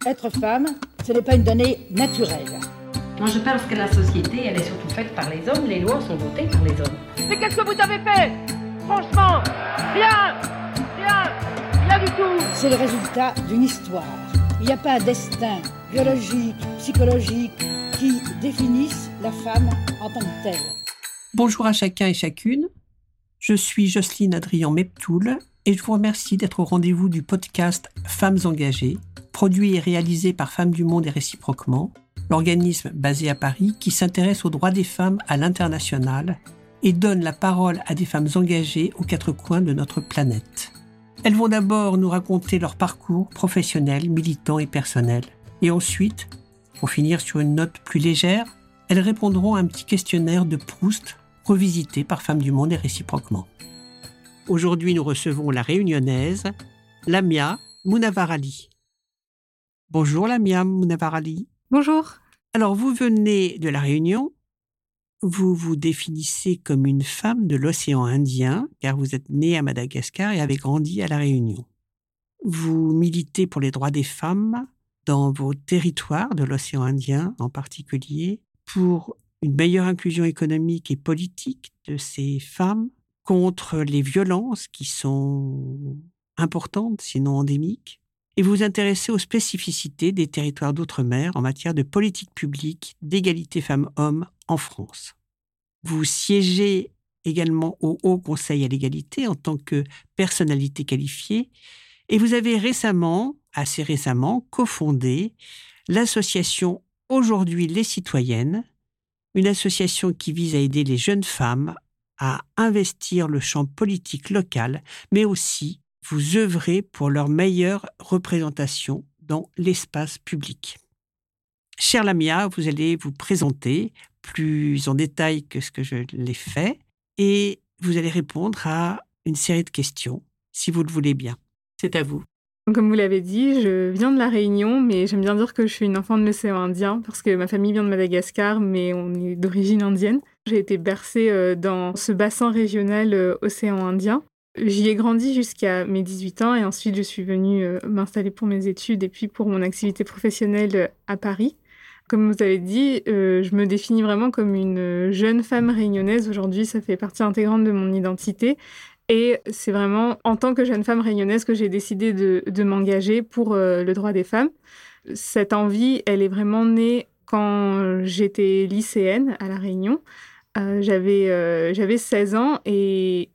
Être femme, ce n'est pas une donnée naturelle. Moi, je pense que la société, elle est surtout faite par les hommes. Les lois sont votées par les hommes. Mais qu'est-ce que vous avez fait? Franchement, rien du tout. C'est le résultat d'une histoire. Il n'y a pas un destin biologique, psychologique qui définisse la femme en tant que telle. Bonjour à chacun et chacune. Je suis Jocelyne Adrian-Meptoul et je vous remercie d'être au rendez-vous du podcast Femmes engagées, produit et réalisé par Femmes du Monde et réciproquement, l'organisme basé à Paris qui s'intéresse aux droits des femmes à l'international et donne la parole à des femmes engagées aux quatre coins de notre planète. Elles vont d'abord nous raconter leur parcours professionnel, militant et personnel. Et ensuite, pour finir sur une note plus légère, elles répondront à un petit questionnaire de Proust revisité par Femmes du Monde et réciproquement. Aujourd'hui, nous recevons la réunionnaise Lamia Mounavarali. Bonjour Lamia Mounavarali. Bonjour. Alors, vous venez de La Réunion. Vous vous définissez comme une femme de l'océan Indien, car vous êtes née à Madagascar et avez grandi à La Réunion. Vous militez pour les droits des femmes dans vos territoires de l'océan Indien en particulier, pour une meilleure inclusion économique et politique de ces femmes, contre les violences qui sont importantes, sinon endémiques, et vous vous intéressez aux spécificités des territoires d'outre-mer en matière de politique publique d'égalité femmes-hommes en France. Vous siégez également au Haut Conseil à l'égalité en tant que personnalité qualifiée et vous avez assez récemment, cofondé l'association Aujourd'hui les Citoyennes, une association qui vise à aider les jeunes femmes à investir le champ politique local, mais aussi vous œuvrez pour leur meilleure représentation dans l'espace public. Chère Lamia, vous allez vous présenter plus en détail que ce que je l'ai fait et vous allez répondre à une série de questions, si vous le voulez bien. C'est à vous. Comme vous l'avez dit, je viens de La Réunion, mais j'aime bien dire que je suis une enfant de l'océan Indien parce que ma famille vient de Madagascar, mais on est d'origine indienne. J'ai été bercée dans ce bassin régional océan Indien. J'y ai grandi jusqu'à mes 18 ans et ensuite je suis venue m'installer pour mes études et puis pour mon activité professionnelle à Paris. Comme vous avez dit, je me définis vraiment comme une jeune femme réunionnaise. Aujourd'hui, ça fait partie intégrante de mon identité. Et c'est vraiment en tant que jeune femme réunionnaise que j'ai décidé de m'engager pour le droit des femmes. Cette envie, elle est vraiment née quand j'étais lycéenne à La Réunion. J'avais 16 ans et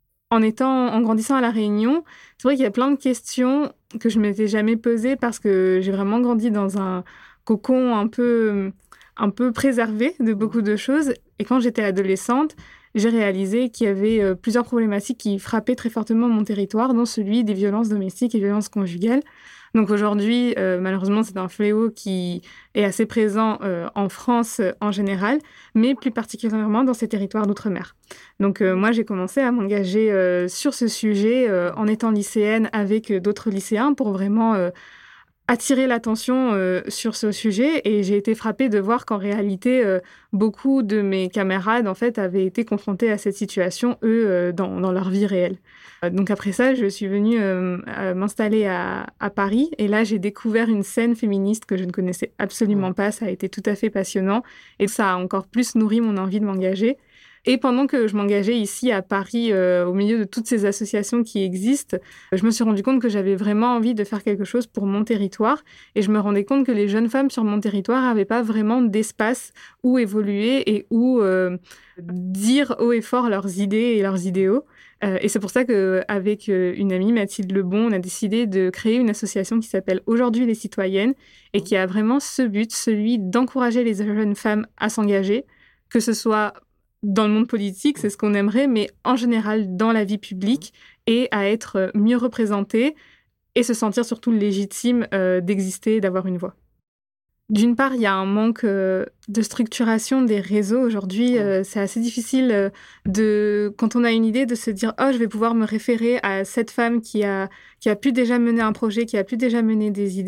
en grandissant à La Réunion, c'est vrai qu'il y a plein de questions que je ne m'étais jamais posées parce que j'ai vraiment grandi dans un cocon un peu préservé de beaucoup de choses. Et quand j'étais adolescente, j'ai réalisé qu'il y avait plusieurs problématiques qui frappaient très fortement mon territoire, dont celui des violences domestiques et violences conjugales. Donc aujourd'hui, malheureusement, c'est un fléau qui est assez présent en France en général, mais plus particulièrement dans ces territoires d'outre-mer. Donc moi, j'ai commencé à m'engager sur ce sujet en étant lycéenne avec d'autres lycéens pour vraiment attirer l'attention sur ce sujet et j'ai été frappée de voir qu'en réalité, beaucoup de mes camarades en fait, avaient été confrontés à cette situation, eux, dans leur vie réelle. Donc après ça, je suis venue m'installer à Paris et là, j'ai découvert une scène féministe que je ne connaissais absolument pas. Ça a été tout à fait passionnant et ça a encore plus nourri mon envie de m'engager. Et pendant que je m'engageais ici à Paris, au milieu de toutes ces associations qui existent, je me suis rendu compte que j'avais vraiment envie de faire quelque chose pour mon territoire. Et je me rendais compte que les jeunes femmes sur mon territoire n'avaient pas vraiment d'espace où évoluer et où dire haut et fort leurs idées et leurs idéaux. Et c'est pour ça qu'avec une amie, Mathilde Lebon, on a décidé de créer une association qui s'appelle Aujourd'hui les Citoyennes et qui a vraiment ce but, celui d'encourager les jeunes femmes à s'engager, que ce soit dans le monde politique, c'est ce qu'on aimerait, mais en général dans la vie publique et à être mieux représentée et se sentir surtout légitime d'exister et d'avoir une voix. D'une part, il y a un manque de structuration des réseaux aujourd'hui. C'est assez difficile quand on a une idée, de se dire « Oh, je vais pouvoir me référer à cette femme qui a pu déjà mener un projet, qui a pu déjà mener des idées ».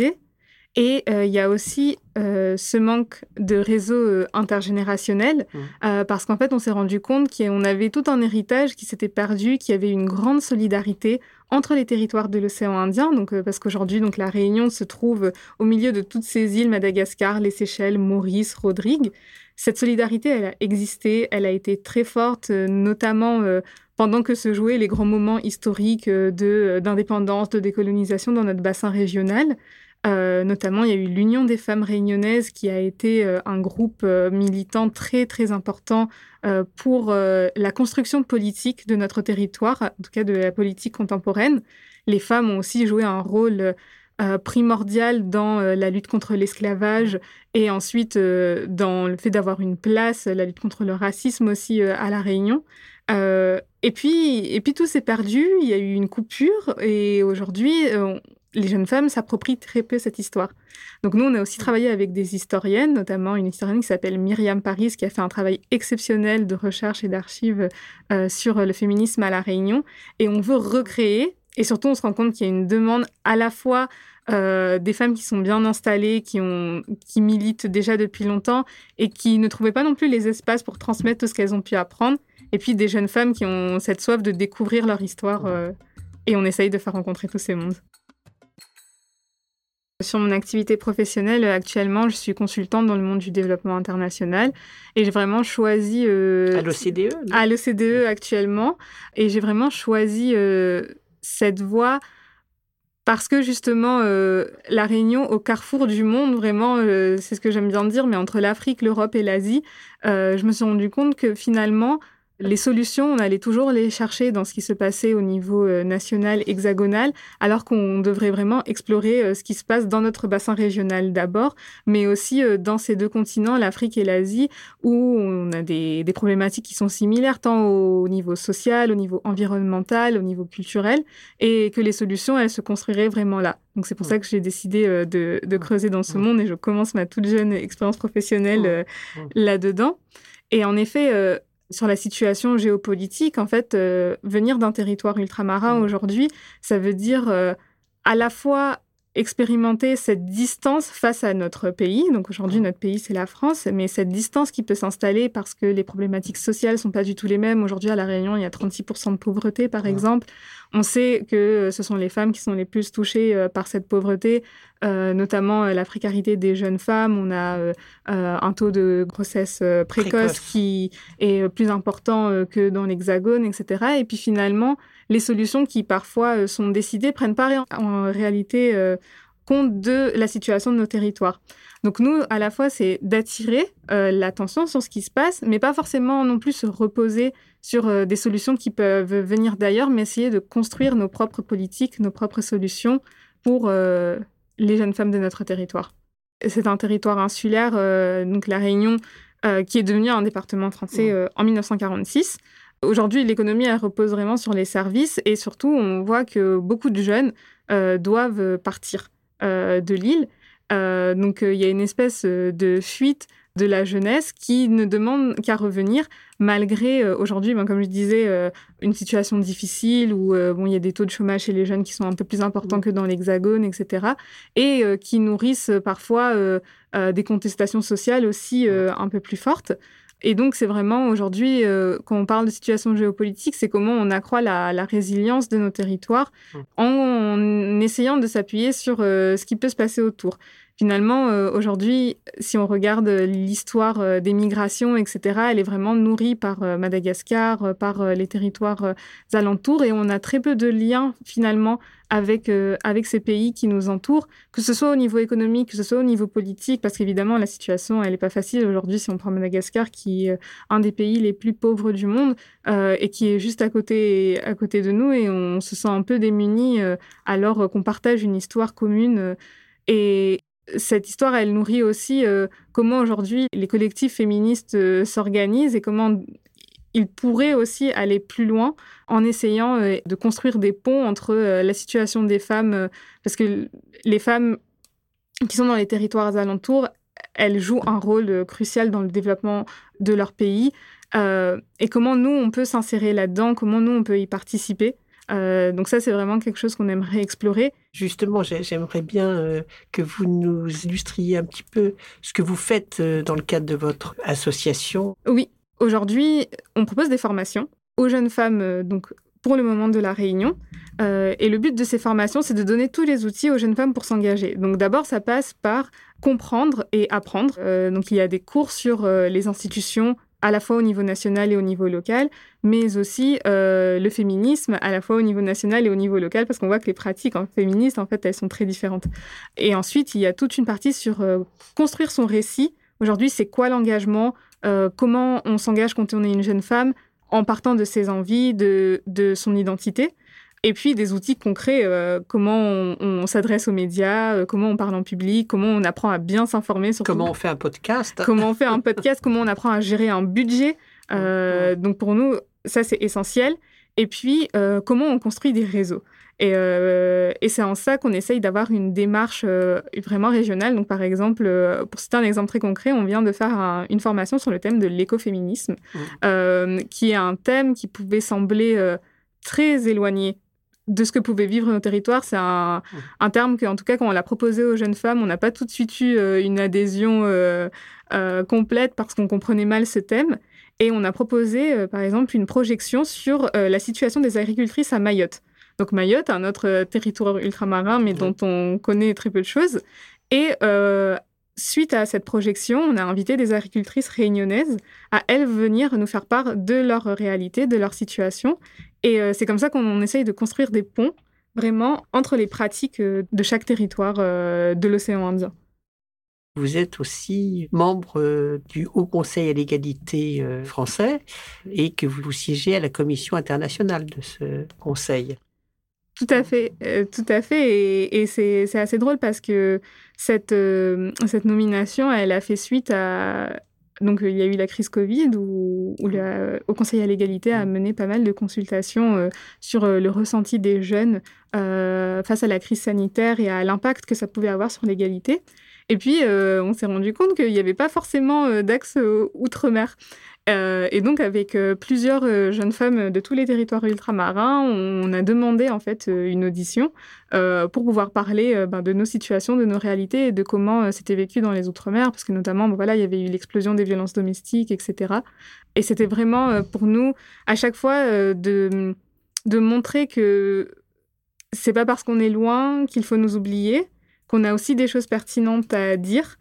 Et il y a aussi ce manque de réseau intergénérationnel, parce qu'en fait, on s'est rendu compte qu'on avait tout un héritage qui s'était perdu, qu'il y avait une grande solidarité entre les territoires de l'océan Indien, donc, parce qu'aujourd'hui, donc, la Réunion se trouve au milieu de toutes ces îles, Madagascar, les Seychelles, Maurice, Rodrigue. Cette solidarité, elle a existé, elle a été très forte, notamment pendant que se jouaient les grands moments historiques d'indépendance, de décolonisation dans notre bassin régional. Notamment, il y a eu l'Union des femmes réunionnaises qui a été un groupe militant très, très important pour la construction politique de notre territoire, en tout cas de la politique contemporaine. Les femmes ont aussi joué un rôle primordial dans la lutte contre l'esclavage et ensuite dans le fait d'avoir une place, la lutte contre le racisme aussi à La Réunion. Et puis tout s'est perdu, il y a eu une coupure et aujourd'hui, les jeunes femmes s'approprient très peu cette histoire. Donc nous, on a aussi travaillé avec des historiennes, notamment une historienne qui s'appelle Myriam Paris, qui a fait un travail exceptionnel de recherche et d'archives sur le féminisme à La Réunion. Et on veut recréer, et surtout on se rend compte qu'il y a une demande à la fois des femmes qui sont bien installées, qui militent déjà depuis longtemps et qui ne trouvaient pas non plus les espaces pour transmettre tout ce qu'elles ont pu apprendre. Et puis des jeunes femmes qui ont cette soif de découvrir leur histoire et on essaye de faire rencontrer tous ces mondes. Sur mon activité professionnelle, actuellement, je suis consultante dans le monde du développement international et j'ai vraiment choisi... à l'OCDE À l'OCDE actuellement. Et j'ai vraiment choisi cette voie parce que justement, La Réunion, au carrefour du monde, vraiment, c'est ce que j'aime bien dire, mais entre l'Afrique, l'Europe et l'Asie, je me suis rendu compte que finalement... Les solutions, on allait toujours les chercher dans ce qui se passait au niveau national, hexagonal, alors qu'on devrait vraiment explorer ce qui se passe dans notre bassin régional d'abord, mais aussi dans ces deux continents, l'Afrique et l'Asie, où on a des problématiques qui sont similaires, tant au niveau social, au niveau environnemental, au niveau culturel, et que les solutions, elles se construiraient vraiment là. Donc c'est pour ça que j'ai décidé de creuser dans ce monde, et je commence ma toute jeune expérience professionnelle là-dedans. Et en effet... Sur la situation géopolitique, en fait, venir d'un territoire ultramarin aujourd'hui, ça veut dire à la fois expérimenter cette distance face à notre pays. Donc aujourd'hui, notre pays, c'est la France, mais cette distance qui peut s'installer parce que les problématiques sociales ne sont pas du tout les mêmes. Aujourd'hui, à La Réunion, il y a 36% de pauvreté, par exemple. On sait que ce sont les femmes qui sont les plus touchées par cette pauvreté, notamment la précarité des jeunes femmes. On a un taux de grossesse précoce qui est plus important que dans l'Hexagone, etc. Et puis finalement, les solutions qui parfois sont décidées prennent pas en réalité compte de la situation de nos territoires. Donc nous, à la fois, c'est d'attirer l'attention sur ce qui se passe, mais pas forcément non plus se reposer sur des solutions qui peuvent venir d'ailleurs, mais essayer de construire nos propres politiques, nos propres solutions pour les jeunes femmes de notre territoire. C'est un territoire insulaire, donc La Réunion, qui est devenu un département français en 1946. Aujourd'hui, l'économie, elle repose vraiment sur les services et surtout, on voit que beaucoup de jeunes doivent partir de l'île. Donc, il y a une espèce de fuite de la jeunesse qui ne demande qu'à revenir malgré, aujourd'hui, comme je disais, une situation difficile où il y a des taux de chômage chez les jeunes qui sont un peu plus importants que dans l'Hexagone, etc. Et qui nourrissent parfois des contestations sociales aussi un peu plus fortes. Et donc, c'est vraiment aujourd'hui, quand on parle de situation géopolitique, c'est comment on accroît la résilience de nos territoires en essayant de s'appuyer sur ce qui peut se passer autour. Finalement, aujourd'hui, si on regarde l'histoire des migrations, etc., elle est vraiment nourrie par Madagascar, par les territoires alentours, et on a très peu de liens, finalement, avec ces pays qui nous entourent, que ce soit au niveau économique, que ce soit au niveau politique, parce qu'évidemment, la situation, elle n'est pas facile. Aujourd'hui, si on prend Madagascar, qui est un des pays les plus pauvres du monde, et qui est juste à côté de nous, et on se sent un peu démunis alors qu'on partage une histoire commune. Et cette histoire, elle nourrit aussi comment aujourd'hui les collectifs féministes s'organisent et comment ils pourraient aussi aller plus loin en essayant de construire des ponts entre la situation des femmes, parce que les femmes qui sont dans les territoires alentours, elles jouent un rôle crucial dans le développement de leur pays. Et comment nous, on peut s'insérer là-dedans, comment nous, on peut y participer. Donc ça, c'est vraiment quelque chose qu'on aimerait explorer. Justement, j'aimerais bien que vous nous illustriez un petit peu ce que vous faites dans le cadre de votre association. Oui, aujourd'hui, on propose des formations aux jeunes femmes, donc pour le moment de La Réunion. Et le but de ces formations, c'est de donner tous les outils aux jeunes femmes pour s'engager. Donc d'abord, ça passe par comprendre et apprendre. Donc il y a des cours sur les institutions, à la fois au niveau national et au niveau local, mais aussi le féminisme, à la fois au niveau national et au niveau local, parce qu'on voit que les pratiques féministes, en fait, elles sont très différentes. Et ensuite, il y a toute une partie sur construire son récit. Aujourd'hui, c'est quoi l'engagement ? Comment on s'engage quand on est une jeune femme en partant de ses envies, de son identité. Et puis des outils concrets, comment on s'adresse aux médias, comment on parle en public, comment on apprend à bien s'informer. Surtout. Comment on fait un podcast. Comment on fait un podcast, comment on apprend à gérer un budget. Donc pour nous, ça c'est essentiel. Et puis, comment on construit des réseaux. Et c'est en ça qu'on essaye d'avoir une démarche vraiment régionale. Donc, par exemple, pour citer un exemple très concret, on vient de faire une formation sur le thème de l'écoféminisme, qui est un thème qui pouvait sembler très éloigné de ce que pouvaient vivre nos territoires. C'est un terme que, en tout cas, quand on l'a proposé aux jeunes femmes, on n'a pas tout de suite eu une adhésion complète parce qu'on comprenait mal ce thème. Et on a proposé, par exemple, une projection sur la situation des agricultrices à Mayotte. Donc Mayotte, un autre territoire ultramarin, mais dont on connaît très peu de choses. Et suite à cette projection, on a invité des agricultrices réunionnaises à, elles, venir nous faire part de leur réalité, de leur situation. Et c'est comme ça qu'on essaye de construire des ponts, vraiment, entre les pratiques de chaque territoire de l'océan Indien. Vous êtes aussi membre du Haut Conseil à l'égalité français et que vous siégez à la commission internationale de ce conseil. Tout à fait. Et c'est assez drôle parce que cette nomination, elle a fait suite à... Donc, il y a eu la crise Covid où le Haut Conseil à l'égalité a mené pas mal de consultations sur le ressenti des jeunes face à la crise sanitaire et à l'impact que ça pouvait avoir sur l'égalité. Et puis, on s'est rendu compte qu'il n'y avait pas forcément d'axe outre-mer. Et donc, avec plusieurs jeunes femmes de tous les territoires ultramarins, on a demandé en fait une audition pour pouvoir parler de nos situations, de nos réalités et de comment c'était vécu dans les outre-mer, parce que notamment, il y avait eu l'explosion des violences domestiques, etc. Et c'était vraiment pour nous, à chaque fois, de montrer que c'est pas parce qu'on est loin qu'il faut nous oublier, qu'on a aussi des choses pertinentes à dire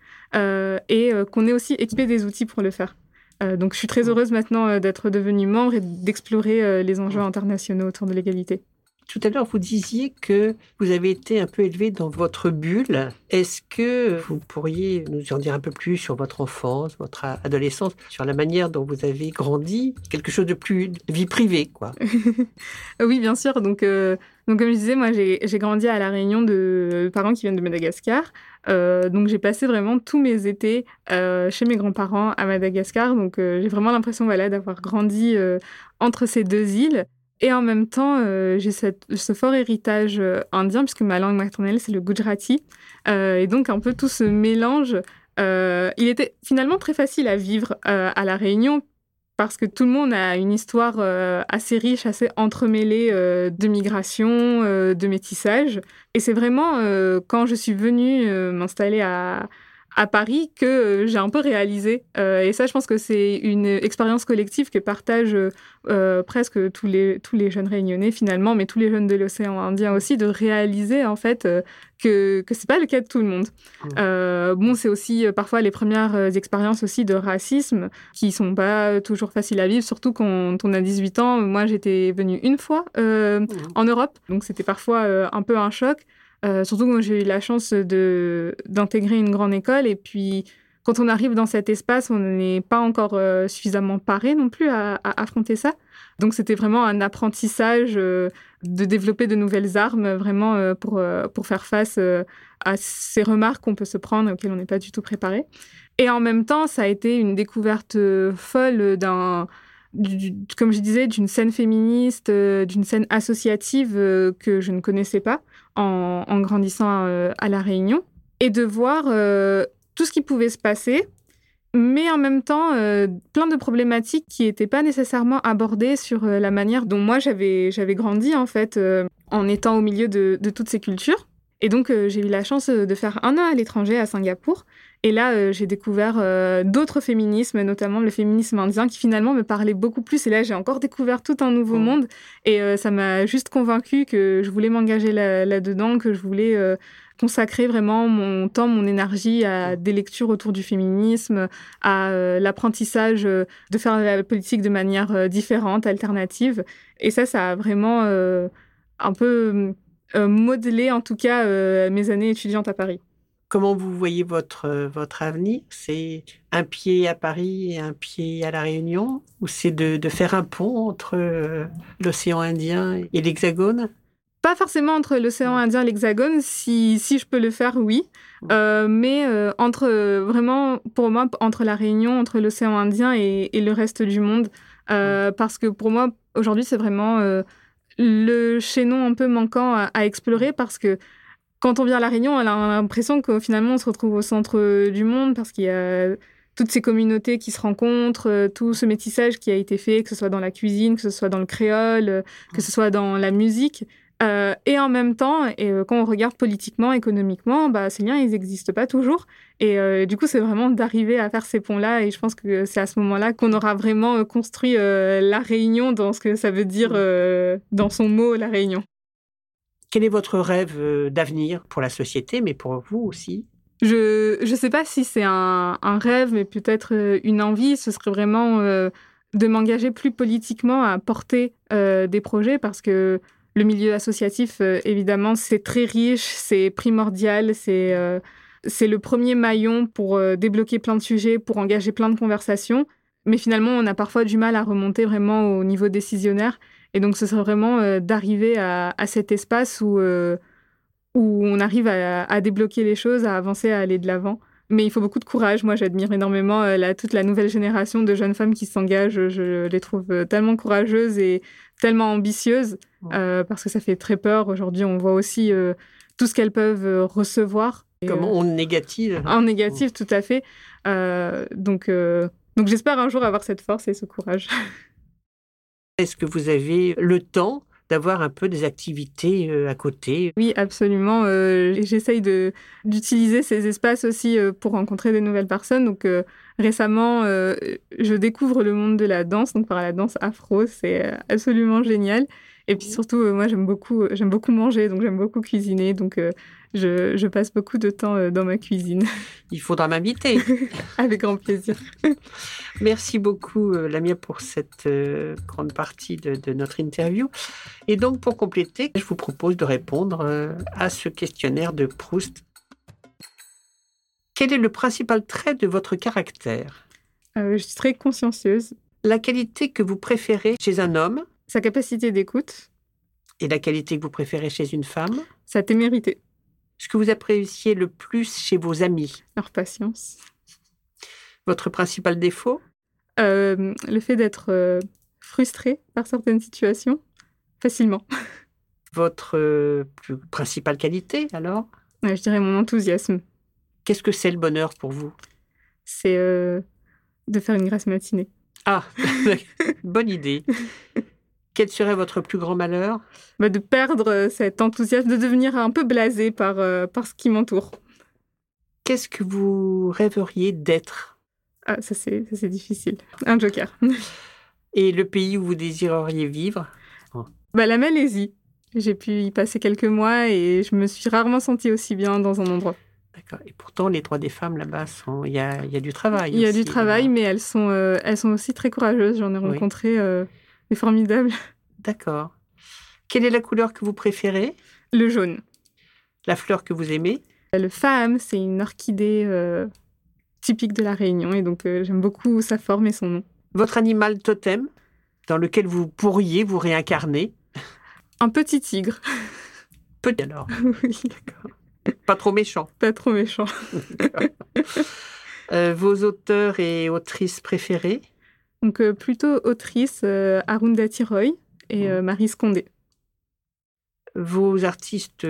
et qu'on est aussi équipé des outils pour le faire. Donc, je suis très heureuse maintenant d'être devenue membre et d'explorer les enjeux internationaux autour de l'égalité. Tout à l'heure, vous disiez que vous avez été un peu élevée dans votre bulle. Est-ce que vous pourriez nous en dire un peu plus sur votre enfance, votre adolescence, sur la manière dont vous avez grandi, quelque chose de plus de vie privée, quoi? Oui, bien sûr. Donc, comme je disais, moi, j'ai grandi à La Réunion de parents qui viennent de Madagascar. Donc, j'ai passé vraiment tous mes étés chez mes grands-parents à Madagascar. Donc, j'ai vraiment l'impression d'avoir grandi entre ces deux îles. Et en même temps, j'ai ce fort héritage indien, puisque ma langue maternelle, c'est le Gujarati. Et donc, un peu tout ce mélange, il était finalement très facile à vivre à La Réunion, parce que tout le monde a une histoire assez riche, assez entremêlée de migration, de métissage. Et c'est vraiment quand je suis venue m'installer à Paris que j'ai un peu réalisé. Et ça, je pense que c'est une expérience collective que partagent presque tous les jeunes réunionnais finalement, mais tous les jeunes de l'océan Indien aussi, de réaliser en fait que c'est pas le cas de tout le monde. C'est aussi parfois les premières expériences aussi de racisme qui sont pas toujours faciles à vivre, surtout quand on a 18 ans. Moi, j'étais venue une fois en Europe, donc c'était parfois un peu un choc. Surtout quand j'ai eu la chance d'intégrer une grande école. Et puis, quand on arrive dans cet espace, on n'est pas encore suffisamment paré non plus à affronter ça. Donc, c'était vraiment un apprentissage de développer de nouvelles armes, vraiment pour faire face à ces remarques qu'on peut se prendre, auxquelles on n'est pas du tout préparé. Et en même temps, ça a été une découverte folle comme je disais, d'une scène féministe, d'une scène associative que je ne connaissais pas en grandissant à La Réunion, et de voir tout ce qui pouvait se passer mais en même temps, plein de problématiques qui n'étaient pas nécessairement abordées sur la manière dont moi j'avais grandi, en fait, en étant au milieu de toutes ces cultures. Et donc, j'ai eu la chance de faire 1 an à l'étranger, à Singapour. Et là, j'ai découvert d'autres féminismes, notamment le féminisme indien, qui finalement me parlait beaucoup plus. Et là, j'ai encore découvert tout un nouveau monde. Et ça m'a juste convaincue que je voulais m'engager là-dedans, que je voulais consacrer vraiment mon temps, mon énergie à des lectures autour du féminisme, à l'apprentissage de faire la politique de manière différente, alternative. Et ça a vraiment un peu modelé, en tout cas, mes années étudiantes à Paris. Comment vous voyez votre avenir? C'est un pied à Paris et un pied à La Réunion? Ou c'est de faire un pont entre l'océan Indien et l'Hexagone? Pas forcément entre l'océan Indien et l'Hexagone, si je peux le faire, oui. Mais vraiment, pour moi, entre La Réunion, entre l'océan Indien et le reste du monde. Parce que pour moi, aujourd'hui, c'est vraiment le chaînon un peu manquant à explorer, parce que quand on vient à La Réunion, on a l'impression que finalement, on se retrouve au centre du monde, parce qu'il y a toutes ces communautés qui se rencontrent, tout ce métissage qui a été fait, que ce soit dans la cuisine, que ce soit dans le créole, que ce soit dans la musique. Et en même temps, quand on regarde politiquement, économiquement, ces liens, ils n'existent pas toujours. Et du coup, c'est vraiment d'arriver à faire ces ponts-là. Et je pense que c'est à ce moment-là qu'on aura vraiment construit la Réunion dans ce que ça veut dire dans son mot, la Réunion. Quel est votre rêve d'avenir pour la société, mais pour vous aussi? Je sais pas si c'est un rêve, mais peut-être une envie. Ce serait vraiment de m'engager plus politiquement à porter des projets, parce que le milieu associatif, évidemment, c'est très riche, c'est primordial, c'est le premier maillon pour débloquer plein de sujets, pour engager plein de conversations. Mais finalement, on a parfois du mal à remonter vraiment au niveau décisionnaire. Et donc, ce serait vraiment d'arriver à cet espace où on arrive à débloquer les choses, à avancer, à aller de l'avant. Mais il faut beaucoup de courage. Moi, j'admire énormément toute la nouvelle génération de jeunes femmes qui s'engagent. Je les trouve tellement courageuses et tellement ambitieuses, parce que ça fait très peur. Aujourd'hui, on voit aussi tout ce qu'elles peuvent recevoir. Comment en négatif? En négatif, tout à fait. Donc, j'espère un jour avoir cette force et ce courage. Est-ce que vous avez le temps d'avoir un peu des activités à côté? Oui, absolument. J'essaye d'utiliser ces espaces aussi pour rencontrer des nouvelles personnes. Donc, récemment, je découvre le monde de la danse, donc par la danse afro. C'est absolument génial. Et puis surtout, moi, j'aime beaucoup manger, donc j'aime beaucoup cuisiner. Donc, je passe beaucoup de temps dans ma cuisine. Il faudra m'inviter. Avec grand plaisir. Merci beaucoup, Lamia, pour cette grande partie de notre interview. Et donc, pour compléter, je vous propose de répondre à ce questionnaire de Proust. Quel est le principal trait de votre caractère? Je suis très consciencieuse. La qualité que vous préférez chez un homme? Sa capacité d'écoute. Et la qualité que vous préférez chez une femme? Sa témérité. Ce que vous appréciez le plus chez vos amis? Leur patience. Votre principal défaut? Le fait d'être frustrée par certaines situations, facilement. Votre plus principale qualité, alors? Je dirais mon enthousiasme. Qu'est-ce que c'est le bonheur pour vous? C'est de faire une grasse matinée. Ah, bonne idée. Quel serait votre plus grand malheur? De perdre cet enthousiasme, de devenir un peu blasé par ce qui m'entoure. Qu'est-ce que vous rêveriez d'être? Ah, ça c'est difficile. Un joker. Et le pays où vous désireriez vivre? La Malaisie. J'ai pu y passer quelques mois et je me suis rarement sentie aussi bien dans un endroit. D'accord. Et pourtant, les droits des femmes là-bas, il y a du travail. Il y a du travail, mais elles sont aussi très courageuses. J'en ai rencontré des formidables. D'accord. Quelle est la couleur que vous préférez? Le jaune. La fleur que vous aimez? Le Faham, c'est une orchidée typique de La Réunion, et donc j'aime beaucoup sa forme et son nom. Votre animal totem, dans lequel vous pourriez vous réincarner? Un petit tigre. Petit alors. Oui. D'accord. Pas trop méchant. Pas trop méchant. Vos auteurs et autrices préférés? Donc plutôt autrice, Arundhati Roy et Marie Scondé. Vos artistes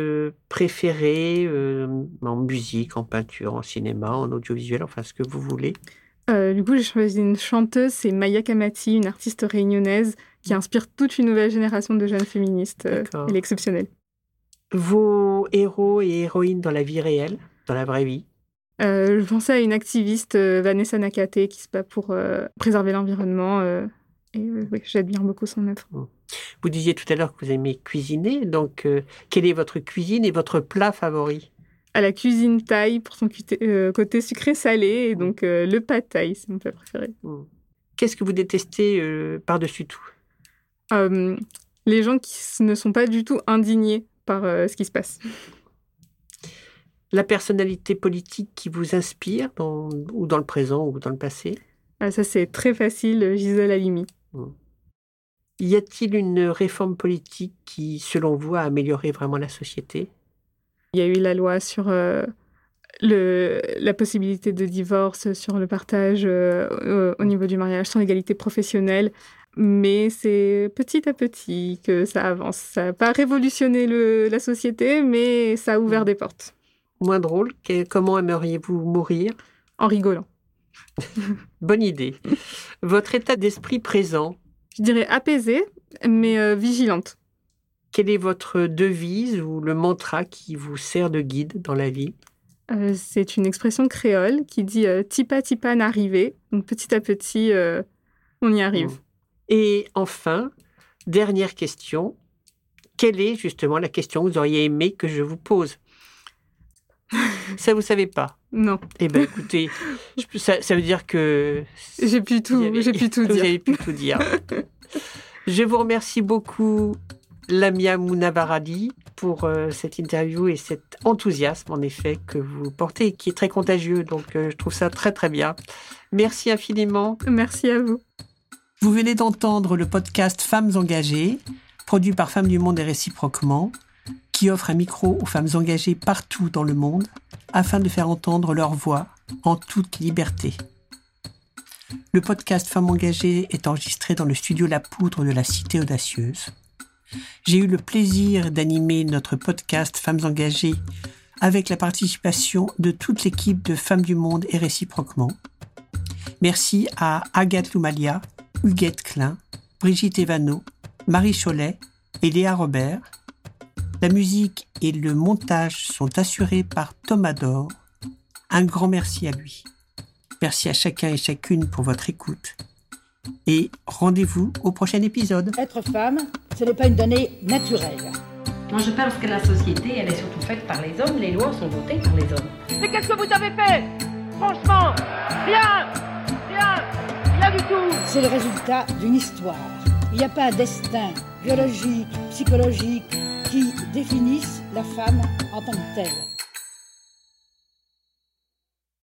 préférés en musique, en peinture, en cinéma, en audiovisuel, enfin ce que vous voulez? Du coup, j'ai choisi une chanteuse, c'est Maya Kamati, une artiste réunionnaise qui inspire toute une nouvelle génération de jeunes féministes. Elle est exceptionnelle. Vos héros et héroïnes dans la vie réelle, dans la vraie vie? Je pensais à une activiste, Vanessa Nakate, qui se bat pour préserver l'environnement. Oui, j'admire beaucoup son œuvre. Vous disiez tout à l'heure que vous aimez cuisiner, donc quelle est votre cuisine et votre plat favori? À la cuisine thaï pour son côté sucré-salé, et donc le pad thaï, c'est mon plat préféré. Qu'est-ce que vous détestez par-dessus tout? Les gens qui ne sont pas du tout indignés par ce qui se passe. La personnalité politique qui vous inspire, ou dans le présent ou dans le passé? Ça, c'est très facile, Gisèle Halimi. Y a-t-il une réforme politique qui, selon vous, a amélioré vraiment la société? Il y a eu la loi sur la possibilité de divorce, sur le partage au niveau du mariage, sur l'égalité professionnelle. Mais c'est petit à petit que ça avance. Ça n'a pas révolutionné la société, mais ça a ouvert des portes. Moins drôle, comment aimeriez-vous mourir? En rigolant. Bonne idée. Votre état d'esprit présent? Je dirais apaisée, mais vigilante. Quelle est votre devise ou le mantra qui vous sert de guide dans la vie? C'est une expression créole qui dit « tipa tipa n'arriver ». Donc petit à petit, on y arrive. Et enfin, dernière question. Quelle est justement la question que vous auriez aimé que je vous pose? Ça, vous ne savez pas? Non. Eh bien, écoutez, ça veut dire que... J'ai pu tout dire. Vous avez pu tout dire. Je vous remercie beaucoup, Lamia Mounavaradi, pour cette interview et cet enthousiasme, en effet, que vous portez et qui est très contagieux. Donc, je trouve ça très, très bien. Merci infiniment. Merci à vous. Vous venez d'entendre le podcast Femmes engagées, produit par Femmes du Monde et réciproquement, qui offre un micro aux femmes engagées partout dans le monde afin de faire entendre leur voix en toute liberté. Le podcast Femmes engagées est enregistré dans le studio La Poudre de la Cité Audacieuse. J'ai eu le plaisir d'animer notre podcast Femmes engagées avec la participation de toute l'équipe de Femmes du Monde et réciproquement. Merci à Agathe Loumalia, Huguette Klein, Brigitte Evano, Marie Cholet et Léa Robert. La musique et le montage sont assurés par Thomas Dor. Un grand merci à lui. Merci à chacun et chacune pour votre écoute. Et rendez-vous au prochain épisode. Être femme, ce n'est pas une donnée naturelle. Moi, je pense que la société, elle est surtout faite par les hommes. Les lois sont votées par les hommes. Mais qu'est-ce que vous avez fait? Franchement, rien du tout. C'est le résultat d'une histoire. Il n'y a pas un destin biologique, psychologique qui définisse la femme en tant que telle.